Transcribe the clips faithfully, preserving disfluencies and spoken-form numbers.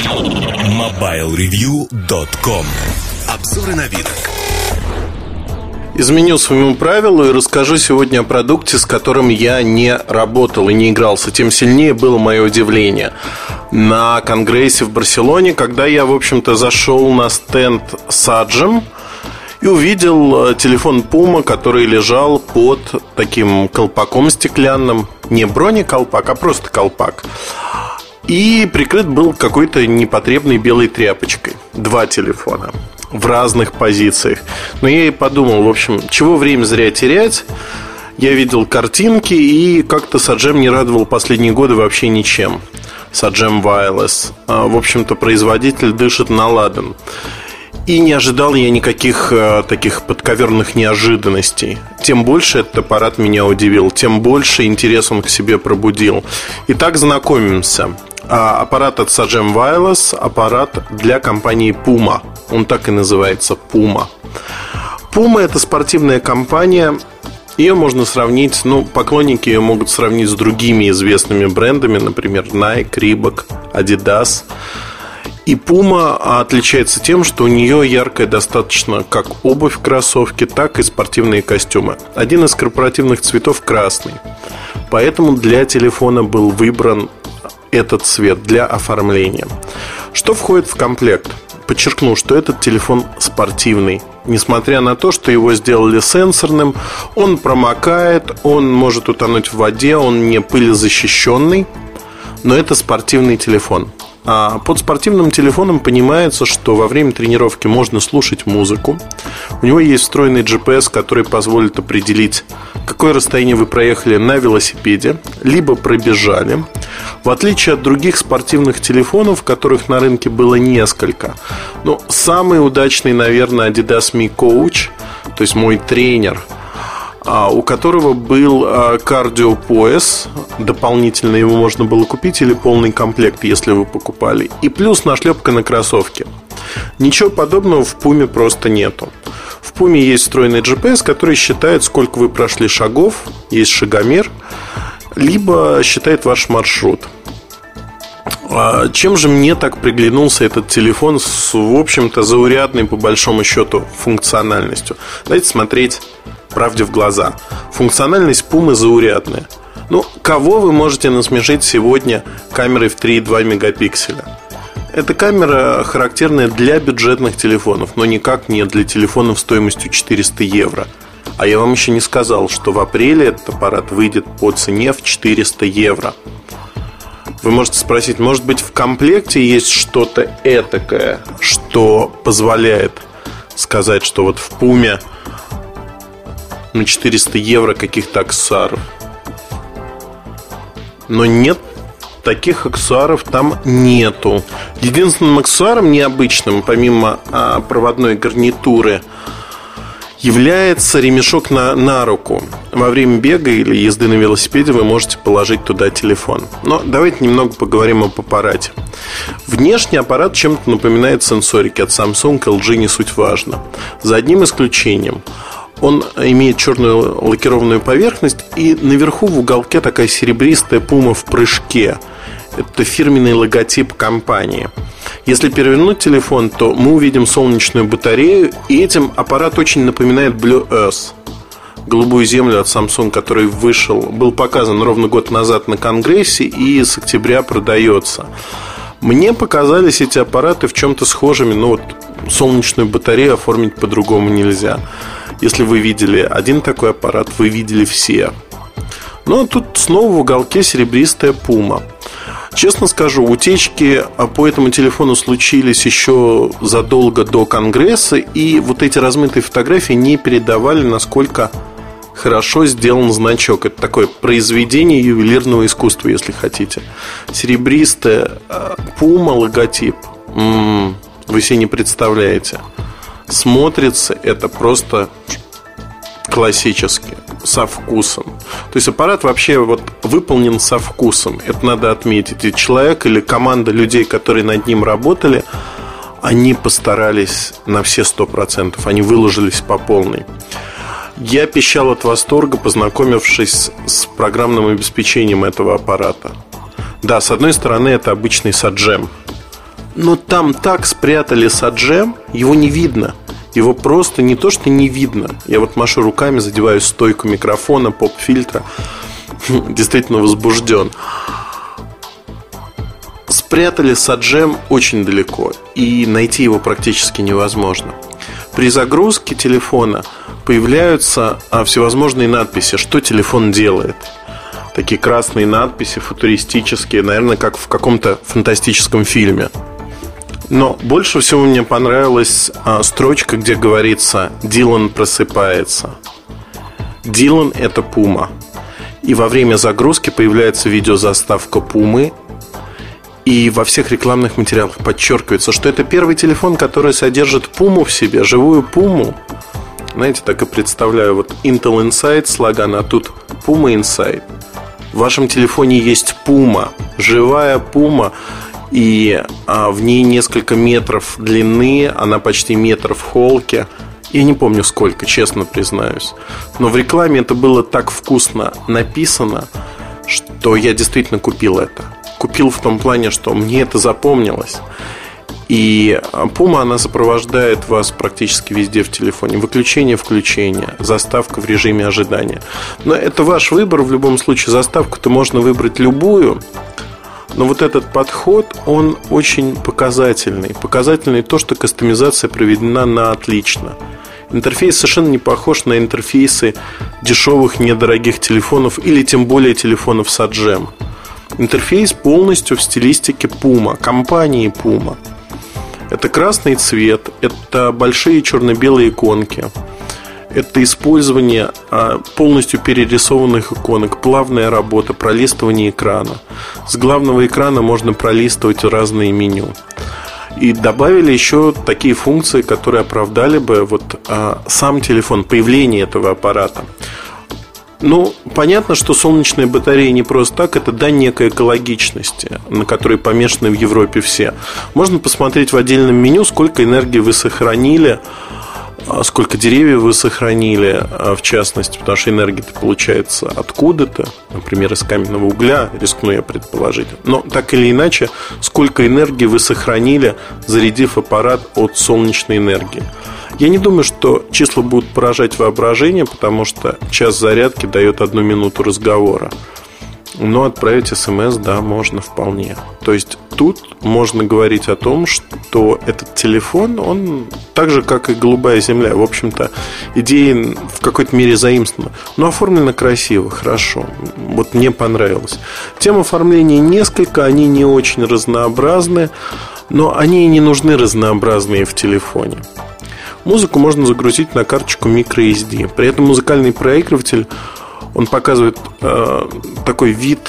мобайл ревью точка ком. Обзоры новинок. Изменю своему правилу и расскажу сегодня о продукте, с которым я не работал и не игрался. Тем сильнее было мое удивление на конгрессе в Барселоне, когда я, в общем-то, зашел на стенд Sajem и увидел телефон Puma, который лежал под таким колпаком стеклянным. Не бронеколпак, а просто колпак. И прикрыт был какой-то непотребной белой тряпочкой. Два телефона в разных позициях. Но я и подумал, в общем, чего время зря терять. Я видел картинки, и как-то Sajem не радовал последние годы вообще ничем. Sajem Wireless. В общем-то, производитель дышит на ладан. И не ожидал я никаких э, таких подковерных неожиданностей. Тем больше этот аппарат меня удивил, тем больше интерес он к себе пробудил. Итак, знакомимся. А, аппарат от Sajem Wireless, аппарат для компании Puma. Он так и называется, Puma. Puma — это спортивная компания. Ее можно сравнить, ну, поклонники ее могут сравнить с другими известными брендами, например, Nike, Reebok, Adidas. И Puma отличается тем, что у нее яркая достаточно как обувь, кроссовки, так и спортивные костюмы. Один из корпоративных цветов красный. Поэтому для телефона был выбран этот цвет для оформления. Что входит в комплект? Подчеркну, что этот телефон спортивный. Несмотря на то, что его сделали сенсорным, он промокает, он может утонуть в воде, он не пылезащищенный. Но это спортивный телефон. А под спортивным телефоном понимается, что во время тренировки можно слушать музыку. У него есть встроенный джи пи эс, который позволит определить, какое расстояние вы проехали на велосипеде, либо пробежали. В отличие от других спортивных телефонов, которых на рынке было несколько. Ну, самый удачный, наверное, Adidas Mi Coach, то есть мой тренер, у которого был кардиопояс. Дополнительно его можно было купить, или полный комплект, если вы покупали. И плюс нашлепка на кроссовки. Ничего подобного в Puma просто нету. В Puma есть встроенный джи пи эс, который считает, сколько вы прошли шагов. Есть шагомер. Либо считает ваш маршрут. Чем же мне так приглянулся этот телефон с, в общем-то, заурядной, по большому счету, функциональностью? Давайте смотреть правде в глаза. Функциональность Puma заурядная. Ну, кого вы можете насмешить сегодня камерой в три и два мегапикселя? Эта камера характерная для бюджетных телефонов, но никак не для телефонов стоимостью четыреста евро. А я вам еще не сказал, что в апреле этот аппарат выйдет по цене в четыреста евро. Вы можете спросить, может быть, в комплекте есть что-то этакое, что позволяет сказать, что вот в Puma на четыреста евро каких-то аксессуаров. Но нет, таких аксессуаров там нету. Единственным аксессуаром необычным, помимо а, проводной гарнитуры, является ремешок на, на руку. Во время бега или езды на велосипеде вы можете положить туда телефон. Но давайте немного поговорим об аппарате. Внешне аппарат чем-то напоминает сенсорики от Samsung, эл джи, не суть важно. За одним исключением. Он имеет черную лакированную поверхность, и наверху в уголке такая серебристая Puma в прыжке. Это фирменный логотип компании. Если перевернуть телефон, то мы увидим солнечную батарею, и этим аппарат очень напоминает Blue Earth, голубую землю от Samsung, который вышел, был показан ровно год назад на конгрессе и с октября продается. Мне показались эти аппараты в чем-то схожими, но вот солнечную батарею оформить по-другому нельзя. Если вы видели один такой аппарат, вы видели все. Но тут снова в уголке серебристая Puma. Честно скажу, утечки по этому телефону случились еще задолго до конгресса, и вот эти размытые фотографии не передавали, насколько хорошо сделан значок. Это такое произведение ювелирного искусства, если хотите. Серебристая Puma логотип. М-м, вы себе не представляете. Смотрится это просто классически, со вкусом. То есть аппарат вообще вот выполнен со вкусом. Это надо отметить. И человек или команда людей, которые над ним работали, они постарались на все сто процентов. Они выложились по полной. Я пищал от восторга, познакомившись с программным обеспечением этого аппарата. Да, с одной стороны, это обычный Sajem. Но там так спрятали саджем, его не видно. Его просто не то, что не видно. Я вот машу руками, задеваю стойку микрофона, поп-фильтра. Действительно возбужден. Спрятали саджем очень далеко, и найти его практически невозможно. При загрузке телефона появляются всевозможные надписи, что телефон делает. Такие красные надписи, футуристические, наверное, как в каком-то фантастическом фильме. Но больше всего мне понравилась а, строчка, где говорится: Дилан просыпается. Дилан — это Puma. И во время загрузки появляется видеозаставка Пумы. И во всех рекламных материалах подчеркивается, что это первый телефон, который содержит Пуму в себе, живую Пуму. Знаете, так и представляю, вот Intel Inside слоган, а тут Puma Inside. В вашем телефоне есть Puma, живая Puma. И а, в ней несколько метров длины, она почти метр в холке. Я не помню сколько, честно признаюсь. Но в рекламе это было так вкусно написано, что я действительно купил это. Купил в том плане, что мне это запомнилось. И Puma, она сопровождает вас практически везде в телефоне. Выключение, включение, заставка в режиме ожидания. Но это ваш выбор. В любом случае, заставку-то можно выбрать любую. Но вот этот подход, он очень показательный. Показательный то, что кастомизация проведена на отлично. Интерфейс совершенно не похож на интерфейсы дешевых, недорогих телефонов или тем более телефонов с аджем. Интерфейс полностью в стилистике Puma, компании Puma. Это красный цвет, это большие черно-белые иконки, это использование полностью перерисованных иконок, плавная работа, пролистывание экрана. С главного экрана можно пролистывать разные меню. И добавили еще такие функции, которые оправдали бы вот, а, сам телефон, появление этого аппарата. Ну, понятно, что солнечная батарея не просто так, это дань некой экологичности, на которой помешаны в Европе все. Можно посмотреть в отдельном меню, сколько энергии вы сохранили, сколько деревьев вы сохранили, в частности, потому что энергия-то получается откуда-то, например, из каменного угля, рискну я предположить. Но так или иначе, сколько энергии вы сохранили, зарядив аппарат от солнечной энергии. Я не думаю, что числа будут поражать воображение, потому что час зарядки дает одну минуту разговора. Но отправить смс, да, можно вполне. То есть тут можно говорить о том, что этот телефон, он так же, как и голубая земля. В общем-то, идея в какой-то мере заимствована. Но оформлено красиво, хорошо. Вот мне понравилось. Тем оформления несколько, они не очень разнообразны, но они и не нужны разнообразные в телефоне. Музыку можно загрузить на карточку microSD. При этом музыкальный проигрыватель, он показывает э, такой вид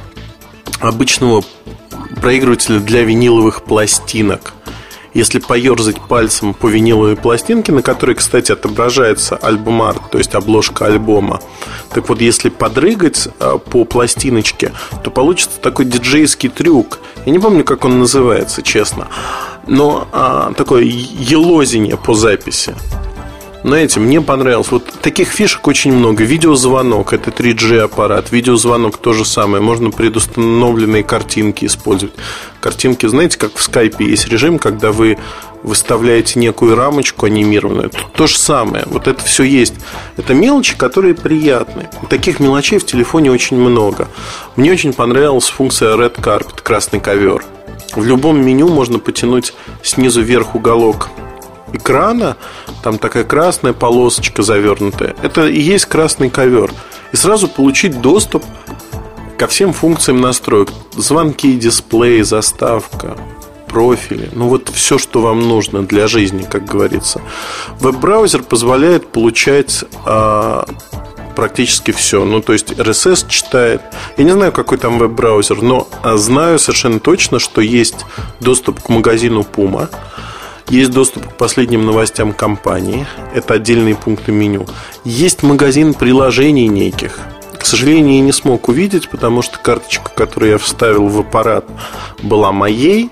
обычного проигрывателя для виниловых пластинок. Если поерзать пальцем по виниловой пластинке, на которой, кстати, отображается альбом-арт, то есть обложка альбома, так вот, если подрыгать э, по пластиночке, то получится такой диджейский трюк. Я не помню, как он называется, честно. Но а, такое елозение по записи. Знаете, мне понравилось. Вот таких фишек очень много. Видеозвонок, это три джи аппарат. Видеозвонок то же самое. Можно предустановленные картинки использовать. Картинки, знаете, как в скайпе есть режим, когда вы выставляете некую рамочку анимированную. Тут то же самое. Вот это все есть. Это мелочи, которые приятны. И таких мелочей в телефоне очень много. Мне очень понравилась функция Red Carpet, красный ковер. В любом меню можно потянуть снизу вверх уголок экрана. Там такая красная полосочка завернутая. Это и есть красный ковер. И сразу получить доступ ко всем функциям настроек. Звонки, дисплей, заставка, профили. Ну вот все, что вам нужно для жизни, как говорится. Веб-браузер позволяет получать а, практически все. Ну то есть эр эс эс читает. Я не знаю, какой там веб-браузер, но знаю совершенно точно, что есть доступ к магазину Puma. Есть доступ к последним новостям компании. Это отдельные пункты меню. Есть магазин приложений неких. К сожалению, я не смог увидеть, потому что карточка, которую я вставил в аппарат, была моей.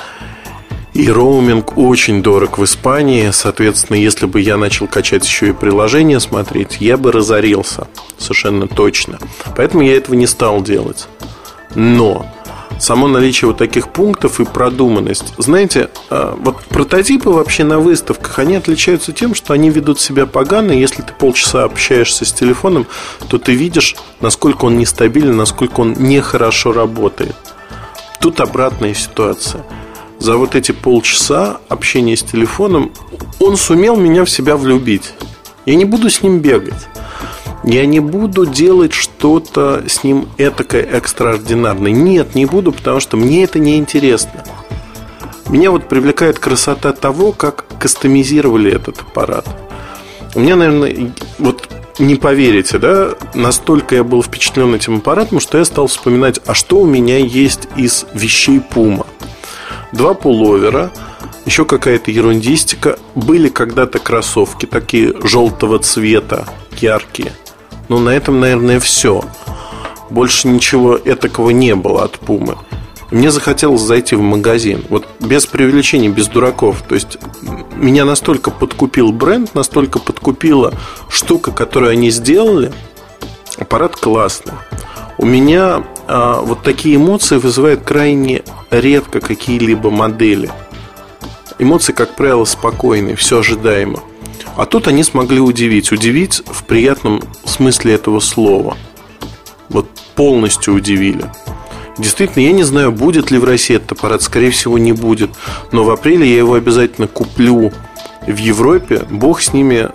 И роуминг очень дорог в Испании. Соответственно, если бы я начал качать еще и приложение смотреть, я бы разорился. Совершенно точно. Поэтому я этого не стал делать. Но само наличие вот таких пунктов и продуманность. Знаете, вот прототипы вообще на выставках, они отличаются тем, что они ведут себя погано. И если ты полчаса общаешься с телефоном, то ты видишь, насколько он нестабилен, насколько он нехорошо работает. Тут обратная ситуация. За вот эти полчаса общения с телефоном он сумел меня в себя влюбить. Я не буду с ним бегать. Я не буду делать что-то с ним этакое экстраординарное. Нет, не буду, потому что мне это не интересно. Меня вот привлекает красота того, как кастомизировали этот аппарат. У меня, наверное, вот не поверите, да, настолько я был впечатлен этим аппаратом, что я стал вспоминать, а что у меня есть из вещей Puma. Два пуловера, еще какая-то ерундистика. Были когда-то кроссовки такие желтого цвета, яркие. Но на этом, наверное, все. Больше ничего этакого не было от Puma. Мне захотелось зайти в магазин. Вот без преувеличений, без дураков. То есть меня настолько подкупил бренд, настолько подкупила штука, которую они сделали. Аппарат классный. У меня а, вот такие эмоции вызывают крайне редко какие-либо модели. Эмоции, как правило, спокойные, все ожидаемо. А тут они смогли удивить. Удивить в приятном смысле этого слова. Вот полностью удивили. Действительно, я не знаю, будет ли в России этот аппарат. Скорее всего, не будет. Но в апреле я его обязательно куплю в Европе. Бог с ними,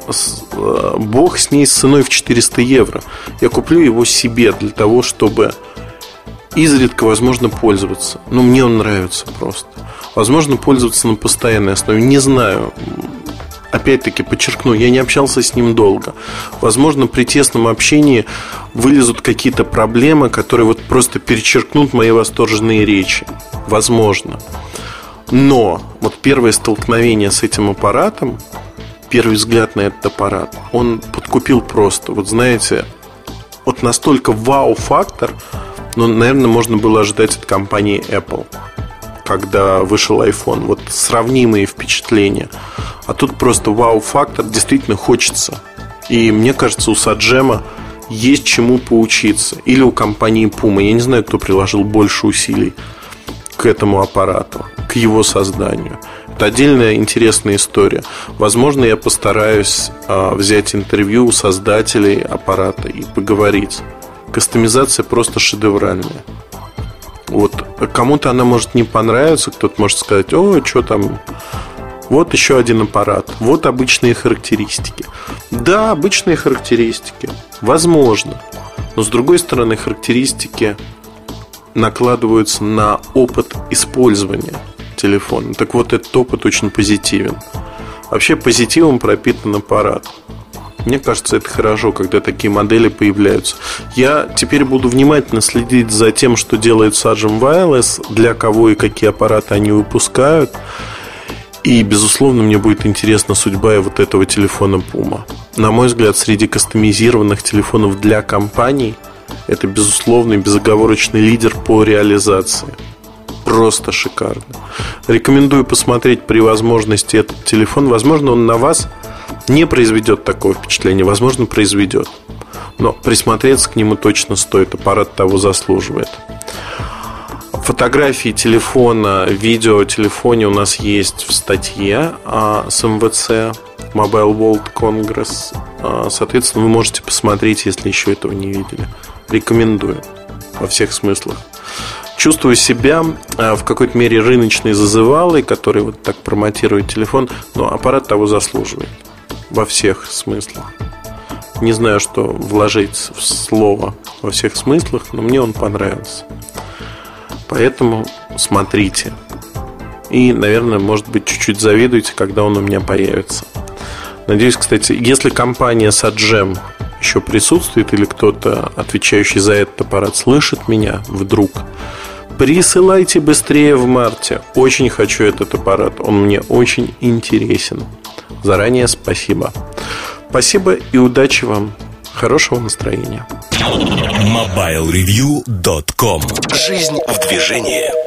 бог с ней с ценой в четыреста евро. Я куплю его себе для того, чтобы изредка, возможно, пользоваться. Но мне он нравится просто. Возможно, пользоваться на постоянной основе. Не знаю. Опять-таки подчеркну, я не общался с ним долго. Возможно, при тесном общении вылезут какие-то проблемы, которые вот просто перечеркнут мои восторженные речи. Возможно. Но вот первое столкновение с этим аппаратом, первый взгляд на этот аппарат, он подкупил просто. Вот знаете, вот настолько вау-фактор, ну, наверное, можно было ожидать от компании Apple, когда вышел iPhone. Вот сравнимые впечатления. А тут просто вау-фактор, действительно хочется. И мне кажется, у Саджема есть чему поучиться. Или у компании Puma. Я не знаю, кто приложил больше усилий к этому аппарату, к его созданию. Это отдельная интересная история. Возможно, я постараюсь а, взять интервью у создателей аппарата и поговорить. Кастомизация просто шедевральная. Вот кому-то она может не понравиться, кто-то может сказать: о, что там, вот еще один аппарат, вот обычные характеристики. Да, обычные характеристики, возможно. Но с другой стороны, характеристики накладываются на опыт использования телефона. Так вот, этот опыт очень позитивен. Вообще позитивом пропитан аппарат. Мне кажется, это хорошо, когда такие модели появляются. Я теперь буду внимательно следить за тем, что делает Sajem Wireless, для кого и какие аппараты они выпускают. И, безусловно, мне будет интересна судьба и вот этого телефона Puma. На мой взгляд, среди кастомизированных телефонов для компаний это, безусловно, безоговорочный лидер по реализации. Просто шикарно. Рекомендую посмотреть при возможности этот телефон. Возможно, он на вас не произведет такого впечатления. Возможно, произведет. Но присмотреться к нему точно стоит. Аппарат того заслуживает. Фотографии телефона, видео о телефоне у нас есть в статье с эм вэ цэ Mobile World Congress. Соответственно, вы можете посмотреть, если еще этого не видели. Рекомендую во всех смыслах. Чувствую себя в какой-то мере рыночной зазывалой, который вот так промотирует телефон. Но аппарат того заслуживает во всех смыслах. Не знаю, что вложить в слово во всех смыслах, но мне он понравился. Поэтому смотрите. И, наверное, может быть, чуть-чуть завидуйте, когда он у меня появится. Надеюсь, кстати, если компания Sajem еще присутствует, или кто-то, отвечающий за этот аппарат, слышит меня вдруг, присылайте быстрее в марте. Очень хочу этот аппарат. Он мне очень интересен. Заранее спасибо. Спасибо и удачи вам. Хорошего настроения. мобайл ревью точка ком. Жизнь в движении.